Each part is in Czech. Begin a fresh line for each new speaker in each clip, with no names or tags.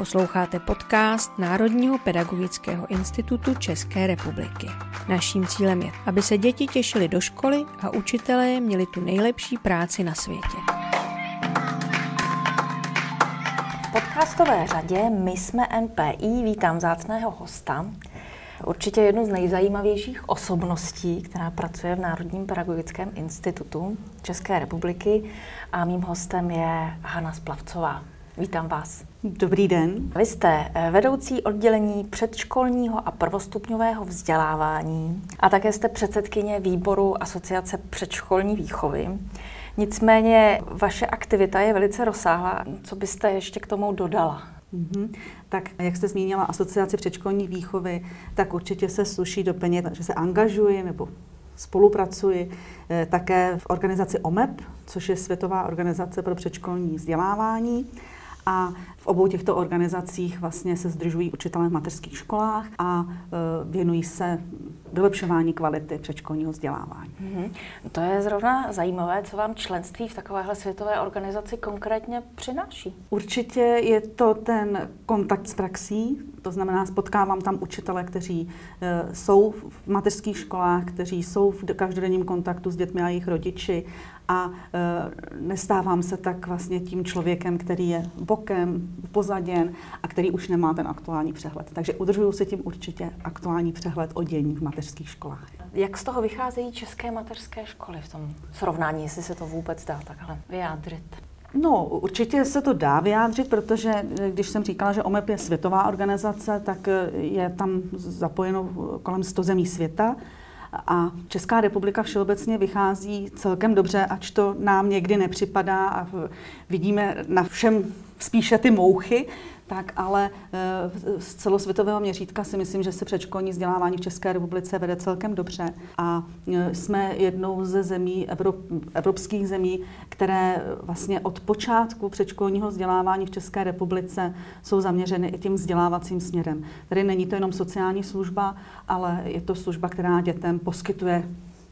Posloucháte podcast Národního pedagogického institutu České republiky. Naším cílem je, aby se děti těšily do školy a učitelé měli tu nejlepší práci na světě.
V podcastové řadě My jsme NPI vítám vzácného hosta, určitě jednu z nejzajímavějších osobností, která pracuje v Národním pedagogickém institutu České republiky, a mým hostem je Hana Splavcová. Vítám vás.
Dobrý den.
Vy jste vedoucí oddělení předškolního a prvostupňového vzdělávání a také jste předsedkyně výboru Asociace předškolní výchovy. Nicméně vaše aktivita je velice rozsáhlá. Co byste ještě k tomu dodala?
Tak jak jste zmínila Asociaci předškolní výchovy, tak určitě se sluší doplnit, že se angažuji nebo spolupracuji také v organizaci OMEP, což je Světová organizace pro předškolní vzdělávání. A v obou těchto organizacích vlastně se sdružují učitelé v mateřských školách a věnují se vylepšování kvality předškolního vzdělávání.
To je zrovna zajímavé, co vám členství v takovéhle světové organizaci konkrétně přináší.
Určitě je to ten kontakt s praxí, to znamená, potkávám tam učitele, kteří jsou v mateřských školách, kteří jsou v každodenním kontaktu s dětmi a jejich rodiči a nestávám se tak vlastně tím člověkem, který je bokem, upozaděn a který už nemá ten aktuální přehled. Takže udržuju si tím určitě aktuální přehled o dění v mateřských školách.
Jak z toho vycházejí české mateřské školy v tom srovnání, jestli se to vůbec dá takhle vyjádřit?
No, určitě se to dá vyjádřit, protože když jsem říkala, že OMEP je světová organizace, tak je tam zapojeno kolem 100 zemí světa. A Česká republika všeobecně vychází celkem dobře, ač to nám někdy nepřipadá a vidíme na všem spíše ty mouchy, tak ale z celosvětového měřítka si myslím, že se předškolní vzdělávání v České republice vede celkem dobře a jsme jednou ze zemí, evropských zemí, které vlastně od počátku předškolního vzdělávání v České republice jsou zaměřeny i tím vzdělávacím směrem. Tady není to jenom sociální služba, ale je to služba, která dětem poskytuje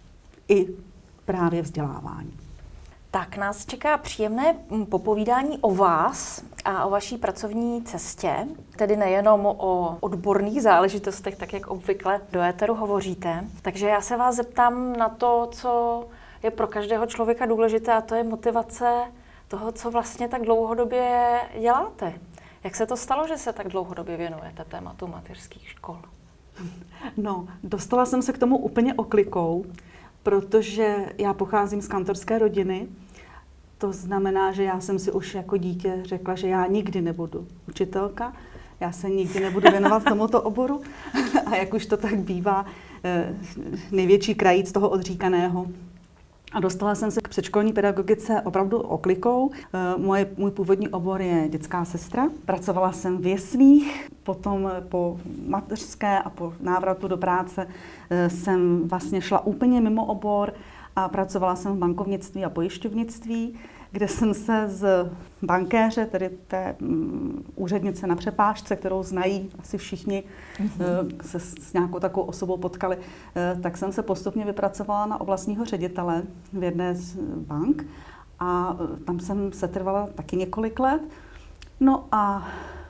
i právě vzdělávání.
Tak nás čeká příjemné popovídání o vás a o vaší pracovní cestě, tedy nejenom o odborných záležitostech, tak jak obvykle do éteru hovoříte. Takže já se vás zeptám na to, co je pro každého člověka důležité, a to je motivace toho, co vlastně tak dlouhodobě děláte. Jak se to stalo, že se tak dlouhodobě věnujete tématu mateřských škol?
No, dostala jsem se k tomu úplně oklikou, protože já pocházím z kantorské rodiny. To znamená, že já jsem si už jako dítě řekla, že já nikdy nebudu učitelka, já se nikdy nebudu věnovat tomuto oboru. A jak už to tak bývá, největší krajíc toho odříkaného. A dostala jsem se k předškolní pedagogice opravdu oklikou. Můj původní obor je dětská sestra. Pracovala jsem v jeslích, potom po mateřské a po návratu do práce jsem vlastně šla úplně mimo obor a pracovala jsem v bankovnictví a pojišťovnictví, kde jsem se z bankéře, tedy té úřednice na přepážce, kterou znají asi všichni, se s nějakou takovou osobou potkali, tak jsem se postupně vypracovala na oblastního ředitele v jedné z bank a tam jsem se trvala taky několik let. No a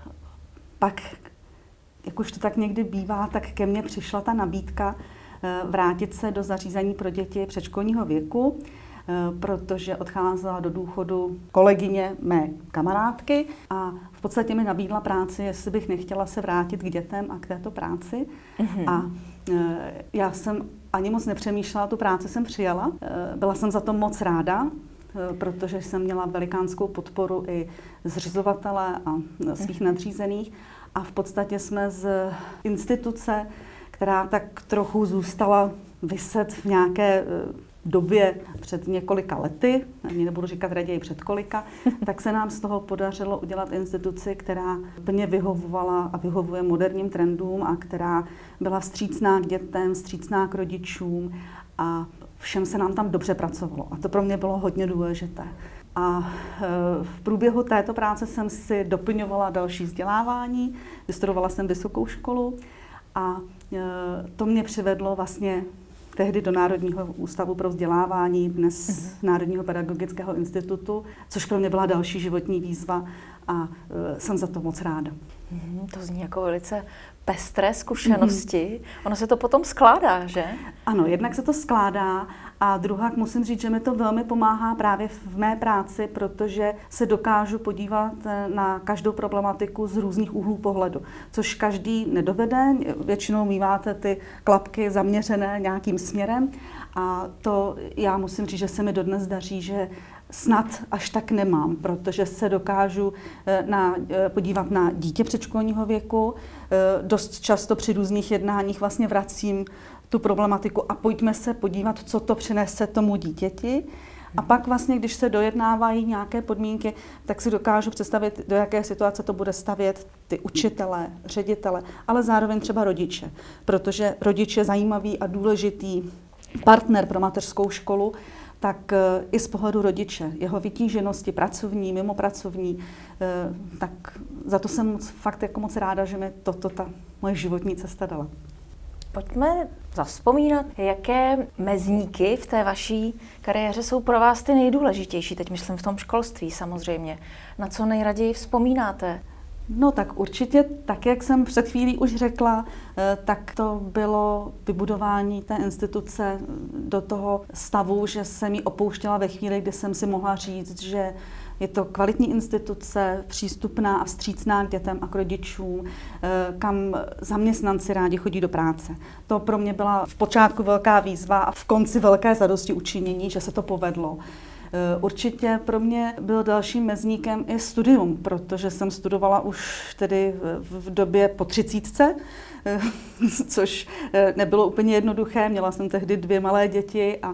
pak, jak už to tak někdy bývá, tak ke mně přišla ta nabídka vrátit se do zařízení pro děti předškolního věku, protože odcházela do důchodu kolegyně mé kamarádky a v podstatě mi nabídla práci, jestli bych nechtěla se vrátit k dětem a k této práci. A já jsem ani moc nepřemýšlela, tu práci jsem přijala. Byla jsem za to moc ráda, protože jsem měla velikánskou podporu i zřizovatele a svých nadřízených. A v podstatě jsme z instituce, která tak trochu zůstala viset v nějaké době před několika lety, ani nebudu říkat raději před kolika, tak se nám z toho podařilo udělat instituci, která plně vyhovovala a vyhovuje moderním trendům a která byla vstřícná k dětem, vstřícná k rodičům a všem se nám tam dobře pracovalo. A to pro mě bylo hodně důležité. A v průběhu této práce jsem si doplňovala další vzdělávání, vystudovala jsem vysokou školu a to mě přivedlo vlastně tehdy do Národního ústavu pro vzdělávání, dnes Národního pedagogického institutu, což pro mě byla další životní výzva a jsem za to moc ráda.
To zní jako velice pestré zkušenosti. Ono se to potom skládá, že?
Ano, jednak se to skládá a druhá musím říct, že mi to velmi pomáhá právě v mé práci, protože se dokážu podívat na každou problematiku z různých úhlů pohledu, což každý nedovede. Většinou míváte ty klapky zaměřené nějakým směrem a to já musím říct, že se mi dodnes daří, že snad až tak nemám, protože se dokážu podívat na dítě předškolního věku. Dost často při různých jednáních vlastně vracím tu problematiku a pojďme se podívat, co to přinese tomu dítěti. A pak vlastně, když se dojednávají nějaké podmínky, tak si dokážu představit, do jaké situace to bude stavět ty učitele, ředitele, ale zároveň třeba rodiče. Protože rodič je zajímavý a důležitý partner pro mateřskou školu, tak i z pohledu rodiče, jeho vytíženosti pracovní, mimopracovní, tak za to jsem fakt jako moc ráda, že mi ta moje životní cesta dala.
Pojďme zavzpomínat, jaké mezníky v té vaší kariéře jsou pro vás ty nejdůležitější, teď myslím v tom školství samozřejmě. Na co nejraději vzpomínáte?
No tak určitě, tak jak jsem před chvílí už řekla, tak to bylo vybudování té instituce do toho stavu, že jsem ji opouštěla ve chvíli, kdy jsem si mohla říct, že je to kvalitní instituce, přístupná a vstřícná k dětem a k rodičům, kam zaměstnanci rádi chodí do práce. To pro mě byla v počátku velká výzva a v konci velké zadosti učinění, že se to povedlo. Určitě pro mě byl dalším mezníkem i studium, protože jsem studovala už tedy v době po 30, což nebylo úplně jednoduché. Měla jsem tehdy 2 malé děti a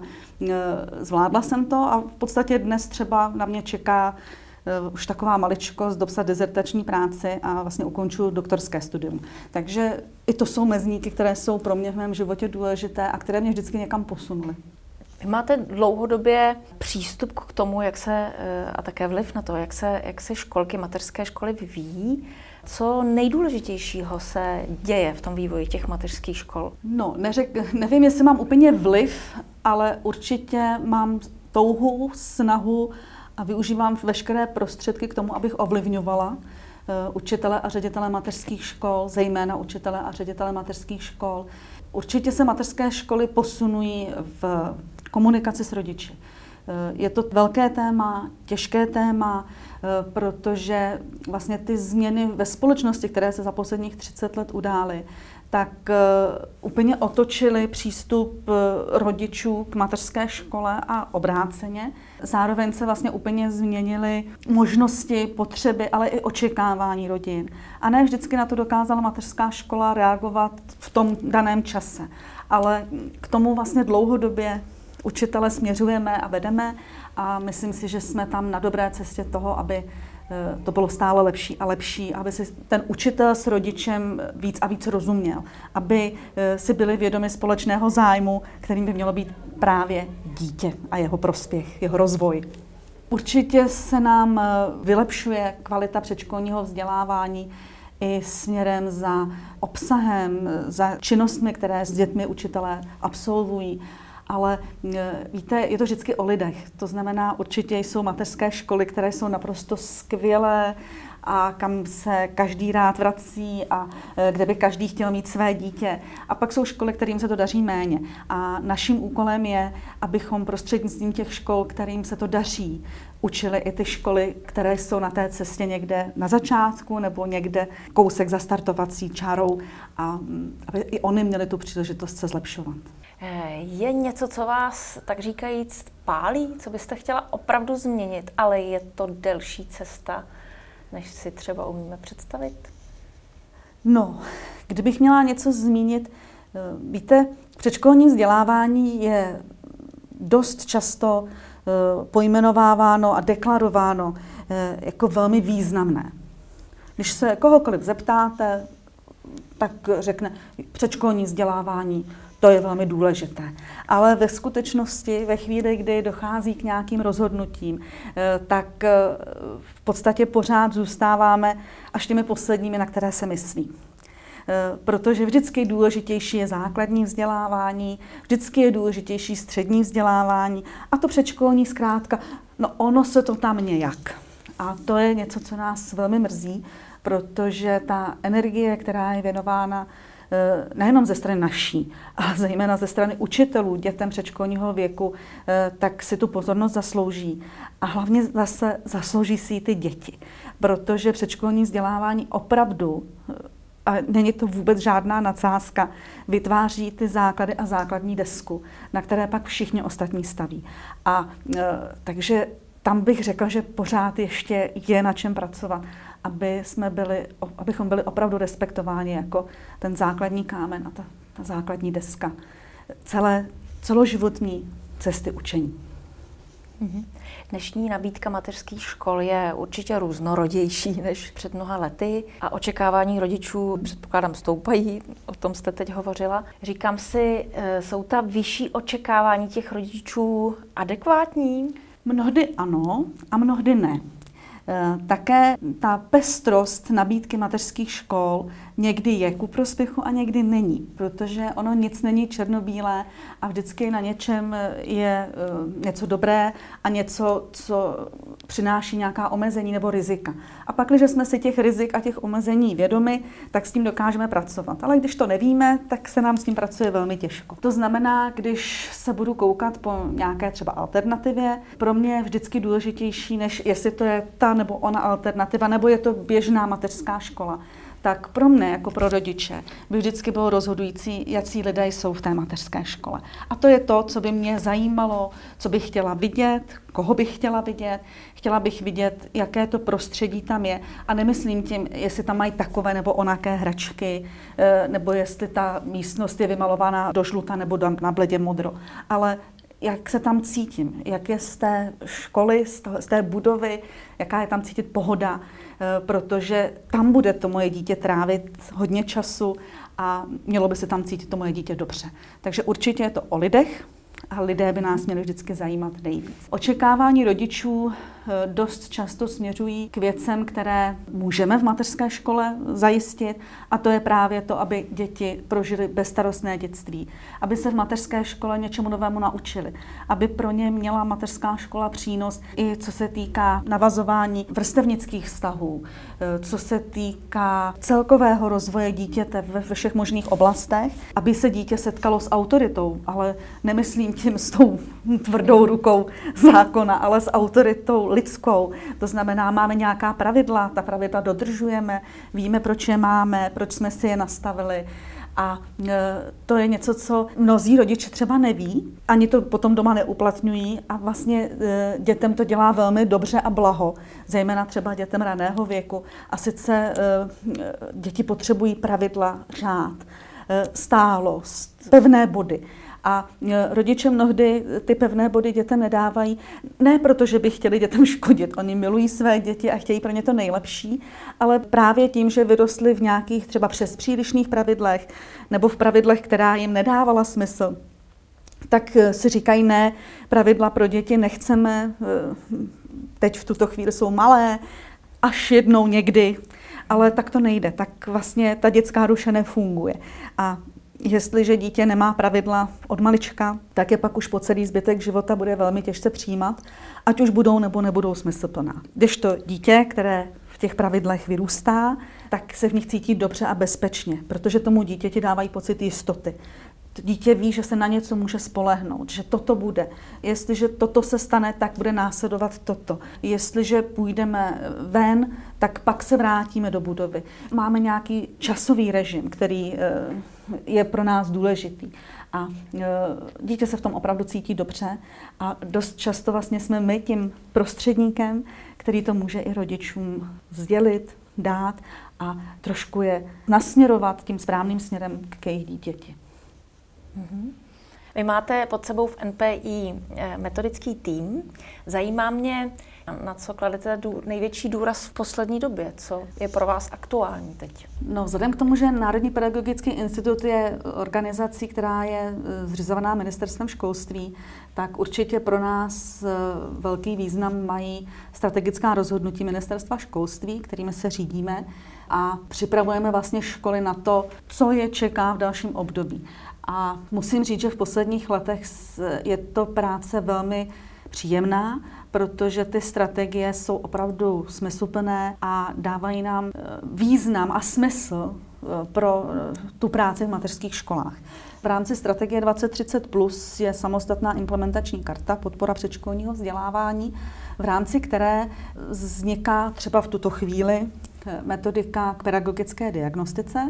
zvládla jsem to a v podstatě dnes třeba na mě čeká už taková maličkost dopsat dizertační práci a vlastně ukončuju doktorské studium. Takže i to jsou mezníky, které jsou pro mě v mém životě důležité a které mě vždycky někam posunuly.
Vy máte dlouhodobě přístup k tomu, jak se, a také vliv na to, jak se školky, mateřské školy vyvíjí. Co nejdůležitějšího se děje v tom vývoji těch mateřských škol?
No, nevím, jestli mám úplně vliv, ale určitě mám touhu, snahu a využívám veškeré prostředky k tomu, abych ovlivňovala učitele a ředitele mateřských škol, zejména učitele a ředitele mateřských škol. Určitě se mateřské školy posunují v komunikaci s rodiči. Je to velké téma, těžké téma, protože vlastně ty změny ve společnosti, které se za posledních 30 let udály, tak úplně otočily přístup rodičů k mateřské škole a obráceně. Zároveň se vlastně úplně změnily možnosti, potřeby, ale i očekávání rodin. A ne vždycky na to dokázala mateřská škola reagovat v tom daném čase. Ale k tomu vlastně dlouhodobě učitele směřujeme a vedeme a myslím si, že jsme tam na dobré cestě toho, aby to bylo stále lepší a lepší, aby si ten učitel s rodičem víc a víc rozuměl, aby si byli vědomi společného zájmu, kterým by mělo být právě dítě a jeho prospěch, jeho rozvoj. Určitě se nám vylepšuje kvalita předškolního vzdělávání i směrem za obsahem, za činnostmi, které s dětmi učitelé absolvují. Ale víte, je to vždycky o lidech. To znamená, určitě jsou mateřské školy, které jsou naprosto skvělé a kam se každý rád vrací a kde by každý chtěl mít své dítě. A pak jsou školy, kterým se to daří méně. A naším úkolem je, abychom prostřednictvím těch škol, kterým se to daří, učili i ty školy, které jsou na té cestě někde na začátku nebo někde kousek za startovací čárou a aby i oni měli tu příležitost se zlepšovat.
Je něco, co vás, tak říkajíc, pálí, co byste chtěla opravdu změnit, ale je to delší cesta, než si třeba umíme představit?
No, kdybych měla něco zmínit, víte, předškolní vzdělávání je dost často pojmenováváno a deklarováno jako velmi významné. Když se kohokoliv zeptáte, tak řekne předškolní vzdělávání, to je velmi důležité. Ale ve skutečnosti, ve chvíli, kdy dochází k nějakým rozhodnutím, tak v podstatě pořád zůstáváme až těmi posledními, na které se myslí. protože vždycky důležitější je základní vzdělávání, vždycky je důležitější střední vzdělávání a to předškolní zkrátka, no ono se to tam nějak. A to je něco, co nás velmi mrzí, protože ta energie, která je věnována nejenom ze strany naší, ale zejména ze strany učitelů dětem předškolního věku, tak si tu pozornost zaslouží. A hlavně zase zaslouží si ty děti, protože předškolní vzdělávání opravdu, a není to vůbec žádná nadsázka, vytváří ty základy a základní desku, na které pak všichni ostatní staví. A takže tam bych řekla, že pořád ještě je na čem pracovat, abychom byli opravdu respektováni jako ten základní kámen a ta základní deska celoživotní cesty učení.
Dnešní nabídka mateřských škol je určitě různorodější než před mnoha lety a očekávání rodičů, předpokládám, stoupají, o tom jste teď hovořila. Říkám si, jsou ta vyšší očekávání těch rodičů adekvátní?
Mnohdy ano a mnohdy ne. Také ta pestrost nabídky mateřských škol někdy je ku prospěchu a někdy není, protože ono nic není černobílé a vždycky na něčem je něco dobré a něco, co přináší nějaká omezení nebo rizika. A pak, když jsme si těch rizik a těch omezení vědomi, tak s tím dokážeme pracovat. Ale když to nevíme, tak se nám s tím pracuje velmi těžko. To znamená, když se budu koukat po nějaké třeba alternativě, pro mě je vždycky důležitější, než jestli to je ta nebo ona alternativa, nebo je to běžná mateřská škola. Tak pro mne, jako pro rodiče, by vždycky bylo rozhodující, jací lidé jsou v té mateřské škole. A to je to, co by mě zajímalo, co bych chtěla vidět, koho bych chtěla vidět. Chtěla bych vidět, jaké to prostředí tam je. A nemyslím tím, jestli tam mají takové nebo onaké hračky, nebo jestli ta místnost je vymalována do žluta nebo na bledě modro. Ale jak se tam cítím, jak je z té školy, z té budovy, jaká je tam cítit pohoda, protože tam bude to moje dítě trávit hodně času a mělo by se tam cítit to moje dítě dobře. Takže určitě je to o lidech a lidé by nás měli vždycky zajímat nejvíc. Očekávání rodičů dost často směřují k věcem, které můžeme v mateřské škole zajistit, a to je právě to, aby děti prožily bezstarostné dětství, aby se v mateřské škole něčemu novému naučili, aby pro ně měla mateřská škola přínos i co se týká navazování vrstevnických vztahů, co se týká celkového rozvoje dítěte ve všech možných oblastech, aby se dítě setkalo s autoritou, ale nemyslím tím s tou tvrdou rukou zákona, ale s autoritou lidskou. To znamená, máme nějaká pravidla, ta pravidla dodržujeme, víme, proč je máme, proč jsme si je nastavili. A to je něco, co mnozí rodiče třeba neví, ani to potom doma neuplatňují a vlastně dětem to dělá velmi dobře a blaho, zejména třeba dětem raného věku. A sice děti potřebují pravidla, řád, stálost, pevné body. A rodiče mnohdy ty pevné body dětem nedávají, ne proto, že by chtěli dětem škodit. Oni milují své děti a chtějí pro ně to nejlepší, ale právě tím, že vyrostli v nějakých třeba přes přílišných pravidlech nebo v pravidlech, která jim nedávala smysl, tak si říkají, ne, pravidla pro děti nechceme, teď v tuto chvíli jsou malé, až jednou někdy, ale tak to nejde, tak vlastně ta dětská duše nefunguje. A jestliže dítě nemá pravidla od malička, tak je pak už po celý zbytek života bude velmi těžce přijímat, ať už budou nebo nebudou smysluplná. Když to dítě, které v těch pravidlech vyrůstá, tak se v nich cítí dobře a bezpečně, protože tomu dítěti dávají pocit jistoty. Dítě ví, že se na něco může spolehnout, že toto bude. Jestliže toto se stane, tak bude následovat toto. Jestliže půjdeme ven, tak pak se vrátíme do budovy. Máme nějaký časový režim, který je pro nás důležitý. A dítě se v tom opravdu cítí dobře a dost často vlastně jsme my tím prostředníkem, který to může i rodičům sdělit, dát a trošku je nasměrovat tím správným směrem k jejich dítěti.
Vy máte pod sebou v NPI metodický tým. Zajímá mě, na co kladete největší důraz v poslední době? Co je pro vás aktuální teď?
No, vzhledem k tomu, že Národní pedagogický institut je organizací, která je zřizovaná ministerstvem školství, tak určitě pro nás velký význam mají strategická rozhodnutí ministerstva školství, kterými se řídíme a připravujeme vlastně školy na to, co je čeká v dalším období. A musím říct, že v posledních letech je to práce velmi příjemná, protože ty strategie jsou opravdu smysluplné a dávají nám význam a smysl pro tu práci v mateřských školách. V rámci strategie 2030+ je samostatná implementační karta podpora předškolního vzdělávání, v rámci které vzniká třeba v tuto chvíli metodika k pedagogické diagnostice,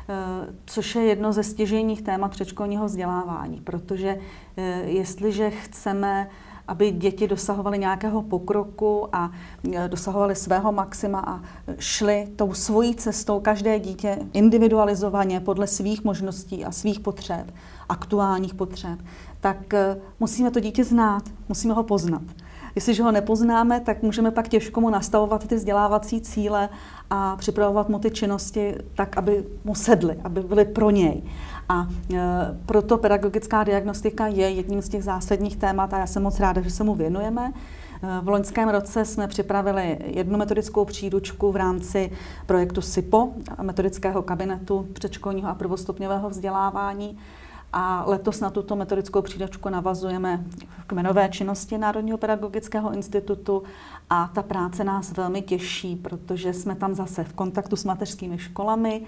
což je jedno ze stěžejních témat předškolního vzdělávání, protože jestliže chceme, aby děti dosahovaly nějakého pokroku a dosahovaly svého maxima a šly tou svojí cestou, každé dítě individualizovaně podle svých možností a svých potřeb, aktuálních potřeb, tak musíme to dítě znát, musíme ho poznat. Jestliže ho nepoznáme, tak můžeme pak těžko mu nastavovat ty vzdělávací cíle a připravovat mu ty činnosti tak, aby mu sedly, aby byly pro něj. A proto pedagogická diagnostika je jedním z těch zásadních témat a já jsem moc ráda, že se mu věnujeme. V loňském roce jsme připravili jednu metodickou příručku v rámci projektu SIPO, metodického kabinetu předškolního a prvostupňového vzdělávání. A letos na tuto metodickou příručku navazujeme v kmenové činnosti Národního pedagogického institutu a ta práce nás velmi těší, protože jsme tam zase v kontaktu s mateřskými školami.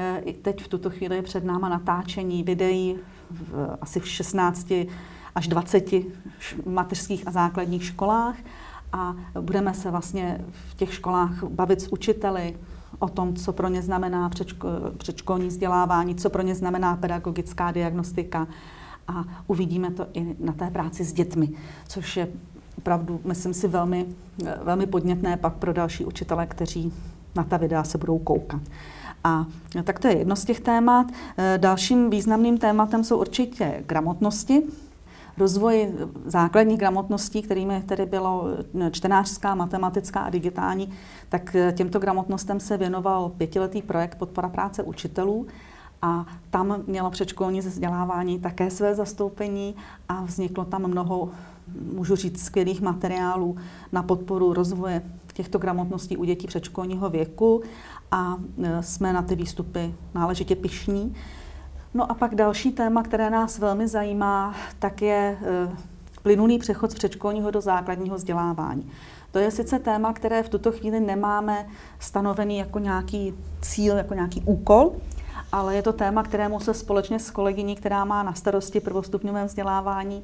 Teď v tuto chvíli je před náma natáčení videí asi v 16 až 20 mateřských a základních školách a budeme se vlastně v těch školách bavit s učiteli o tom, co pro ně znamená předškolní vzdělávání, co pro ně znamená pedagogická diagnostika a uvidíme to i na té práci s dětmi, což je opravdu, myslím si, velmi, velmi podnětné pak pro další učitele, kteří na ta videa se budou koukat. A tak to je jedno z těch témat. Dalším významným tématem jsou určitě gramotnosti. Rozvoj základních gramotností, kterými tedy bylo čtenářská, matematická a digitální, tak těmto gramotnostem se věnoval 5letý projekt Podpora práce učitelů a tam mělo předškolní vzdělávání také své zastoupení a vzniklo tam mnoho, můžu říct, skvělých materiálů na podporu rozvoje těchto gramotností u dětí předškolního věku a jsme na ty výstupy náležitě pyšní. No a pak další téma, které nás velmi zajímá, tak je plynulý přechod z předškolního do základního vzdělávání. To je sice téma, které v tuto chvíli nemáme stanovený jako nějaký cíl, jako nějaký úkol, ale je to téma, kterému se společně s kolegyní, která má na starosti prvostupňové vzdělávání,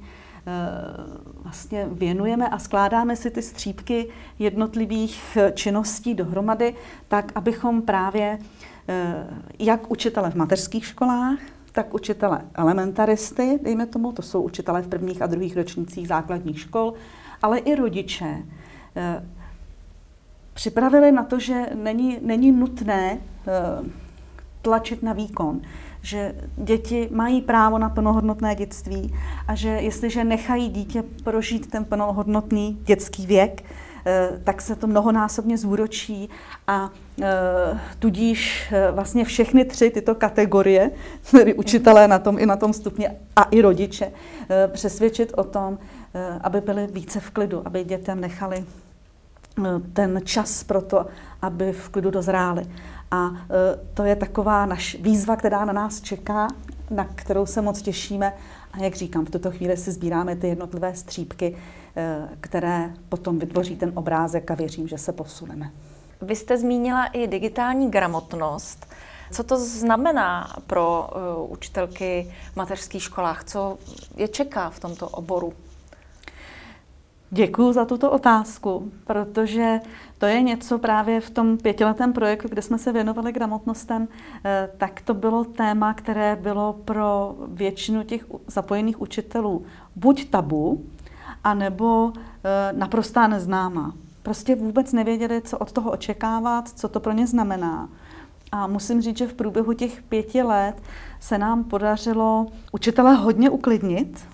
vlastně věnujeme a skládáme si ty střípky jednotlivých činností dohromady, tak abychom právě jak učitele v mateřských školách, tak učitele elementaristy, dejme tomu, to jsou učitele v prvních a druhých ročnících základních škol, ale i rodiče připravili na to, že není nutné tlačit na výkon, že děti mají právo na plnohodnotné dětství a že jestliže nechají dítě prožít ten plnohodnotný dětský věk, tak se to mnohonásobně zúročí a tudíž vlastně všechny tři tyto kategorie, tedy učitelé na tom stupni a i rodiče, přesvědčit o tom, aby byli více v klidu, aby dětem nechali ten čas pro to, aby v klidu dozráli. A to je taková naš výzva, která na nás čeká, na kterou se moc těšíme. A jak říkám, v tuto chvíli si sbíráme ty jednotlivé střípky, které potom vytvoří ten obrázek a věřím, že se posuneme.
Vy jste zmínila i digitální gramotnost. Co to znamená pro učitelky v mateřských školách? Co je čeká v tomto oboru?
Děkuji za tuto otázku, protože to je něco právě v tom 5letém projektu, kde jsme se věnovali gramotnostem, tak to bylo téma, které bylo pro většinu těch zapojených učitelů buď tabu, anebo naprostá neznámá. Prostě vůbec nevěděli, co od toho očekávat, co to pro ně znamená. A musím říct, že v průběhu těch 5 let se nám podařilo učitele hodně uklidnit,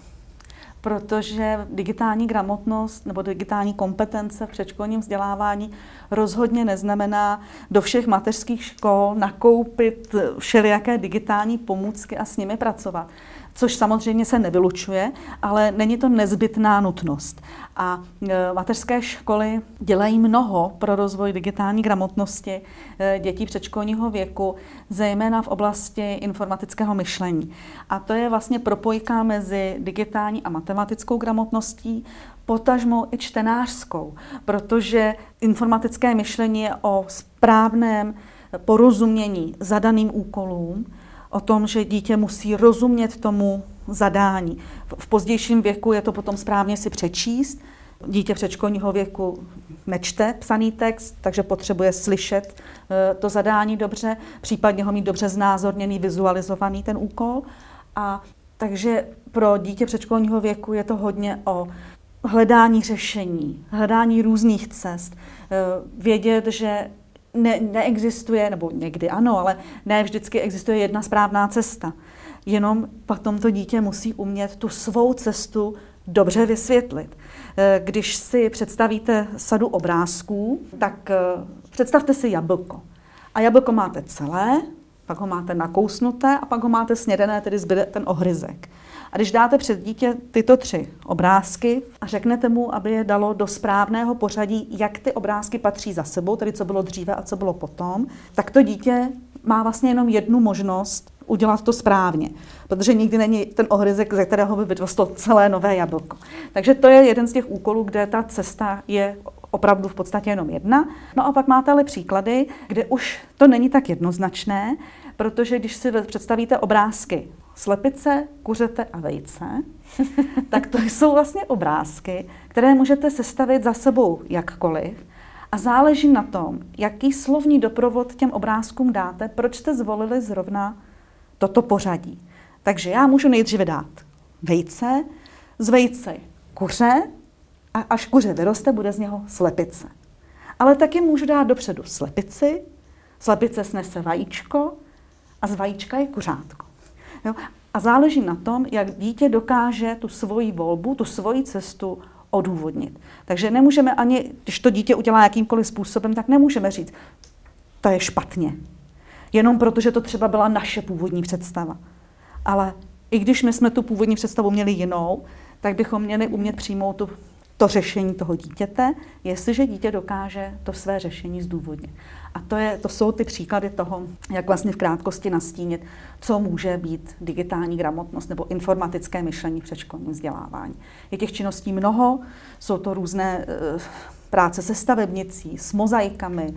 protože digitální gramotnost nebo digitální kompetence v předškolním vzdělávání rozhodně neznamená do všech mateřských škol nakoupit všelijaké digitální pomůcky a s nimi pracovat. Což samozřejmě se nevylučuje, ale není to nezbytná nutnost. A mateřské školy dělají mnoho pro rozvoj digitální gramotnosti dětí předškolního věku, zejména v oblasti informatického myšlení. A to je vlastně propojka mezi digitální a matematickou gramotností, potažmo i čtenářskou, protože informatické myšlení je o správném porozumění zadaným úkolům, o tom, že dítě musí rozumět tomu zadání. V pozdějším věku je to potom správně si přečíst. Dítě předškolního věku nečte psaný text, takže potřebuje slyšet to zadání dobře, případně ho mít dobře znázorněný, vizualizovaný ten úkol. A takže pro dítě předškolního věku je to hodně o hledání řešení, hledání různých cest, vědět, že neexistuje, nebo někdy ano, ale ne vždycky existuje jedna správná cesta. Jenom potom to dítě musí umět tu svou cestu dobře vysvětlit. Když si představíte sadu obrázků, tak představte si jablko. A jablko máte celé, pak ho máte nakousnuté a pak ho máte snědené, tedy zbyde ten ohryzek. A když dáte před dítě tyto 3 obrázky a řeknete mu, aby je dalo do správného pořadí, jak ty obrázky patří za sebou, tedy co bylo dříve a co bylo potom, tak to dítě má vlastně jenom jednu možnost udělat to správně, protože nikdy není ten ohryzek, ze kterého by vyrostlo celé nové jablko. Takže to je jeden z těch úkolů, kde ta cesta je opravdu v podstatě jenom jedna. No a pak máte ale příklady, kde už to není tak jednoznačné, protože když si představíte obrázky slepice, kuřete a vejce, tak to jsou vlastně obrázky, které můžete sestavit za sebou jakkoliv a záleží na tom, jaký slovní doprovod těm obrázkům dáte, proč jste zvolili zrovna toto pořadí. Takže já můžu nejdříve dát vejce, z vejce kuře a až kuře vyroste, bude z něho slepice. Ale taky můžu dát dopředu slepici, slepice snese vajíčko a z vajíčka je kuřátko. Jo? A záleží na tom, jak dítě dokáže tu svoji volbu, tu svoji cestu odůvodnit. Takže nemůžeme ani, když to dítě udělá jakýmkoliv způsobem, tak nemůžeme říct, to je špatně. Jenom protože to třeba byla naše původní představa. Ale i když my jsme tu původní představu měli jinou, tak bychom měli umět přijmout to řešení toho dítěte, jestliže dítě dokáže to své řešení zdůvodnit. A to jsou ty příklady toho, jak vlastně v krátkosti nastínit, co může být digitální gramotnost nebo informatické myšlení v předškolním vzdělávání. Je těch činností mnoho, jsou to různé práce se stavebnicí, s mozaikami,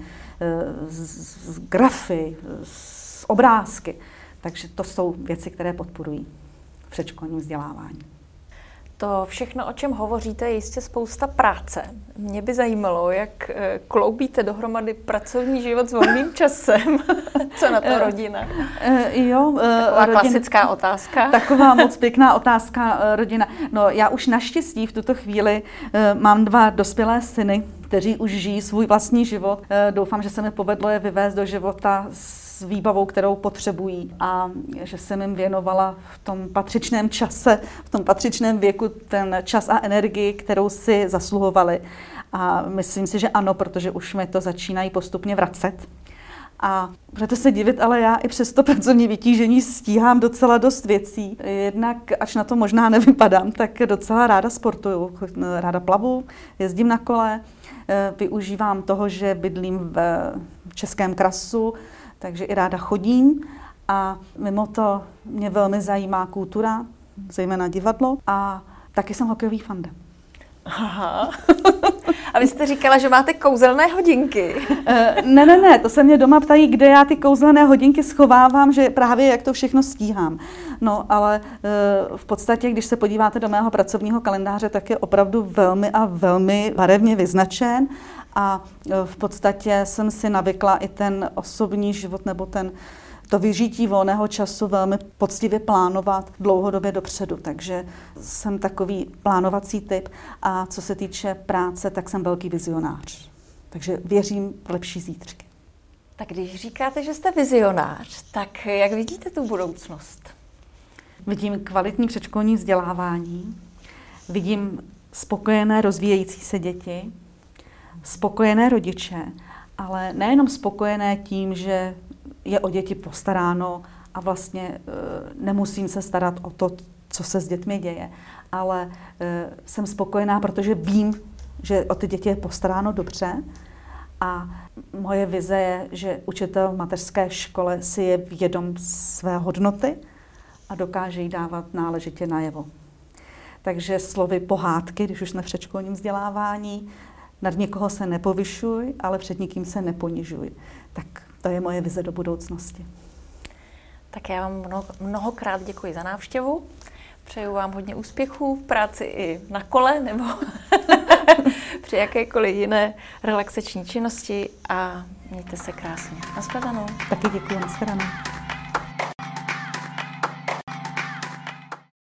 s grafy, s obrázky. Takže to jsou věci, které podporují v předškolním vzdělávání.
To všechno, o čem hovoříte, je jistě spousta práce. Mě by zajímalo, jak kloubíte dohromady pracovní život s volným časem. Co na to rodina? Taková klasická otázka.
Taková moc pěkná otázka, rodina. No, já už naštěstí v tuto chvíli mám 2 dospělé syny, kteří už žijí svůj vlastní život. Doufám, že se mi povedlo je vyvést do života s výbavou, kterou potřebují a že jsem jim věnovala v tom patřičném čase, v tom patřičném věku ten čas a energii, kterou si zasluhovali. A myslím si, že ano, protože už mi to začínají postupně vracet. A budete se divit, ale já i přes to pracovní vytížení stíhám docela dost věcí. Jednak, ač na to možná nevypadám, tak docela ráda sportuju, ráda plavu, jezdím na kole, využívám toho, že bydlím v Českém Krasu, takže i ráda chodím a mimo to mě velmi zajímá kultura, zejména divadlo a taky jsem hokejový fanda.
Aha. A vy jste říkala, že máte kouzelné hodinky.
Ne, to se mě doma ptají, kde já ty kouzelné hodinky schovávám, že právě jak to všechno stíhám. No, ale v podstatě, když se podíváte do mého pracovního kalendáře, tak je opravdu velmi a velmi barevně vyznačen a v podstatě jsem si navykla i ten osobní život nebo to vyžití volného času velmi poctivě plánovat dlouhodobě dopředu, takže jsem takový plánovací typ a co se týče práce, tak jsem velký vizionář. Takže věřím v lepší zítřky.
Tak když říkáte, že jste vizionář, tak jak vidíte tu budoucnost?
Vidím kvalitní předškolní vzdělávání, vidím spokojené rozvíjející se děti, spokojené rodiče, ale nejenom spokojené tím, že je o děti postaráno a vlastně nemusím se starat o to, co se s dětmi děje, ale jsem spokojená, protože vím, že o ty děti je postaráno dobře. A moje vize je, že učitel v mateřské škole si je vědom své hodnoty a dokáže jí dávat náležitě najevo. Takže slovy pohádky, když už jsme v předškolním vzdělávání, nad někoho se nepovyšuj, ale před nikým se neponižuj. Tak to je moje vize do budoucnosti.
Tak já vám mnohokrát děkuji za návštěvu. Přeju vám hodně úspěchů v práci i na kole nebo při jakékoliv jiné relaxační činnosti a mějte se krásně. Nashledanou.
Taky děkuji, nashledanou.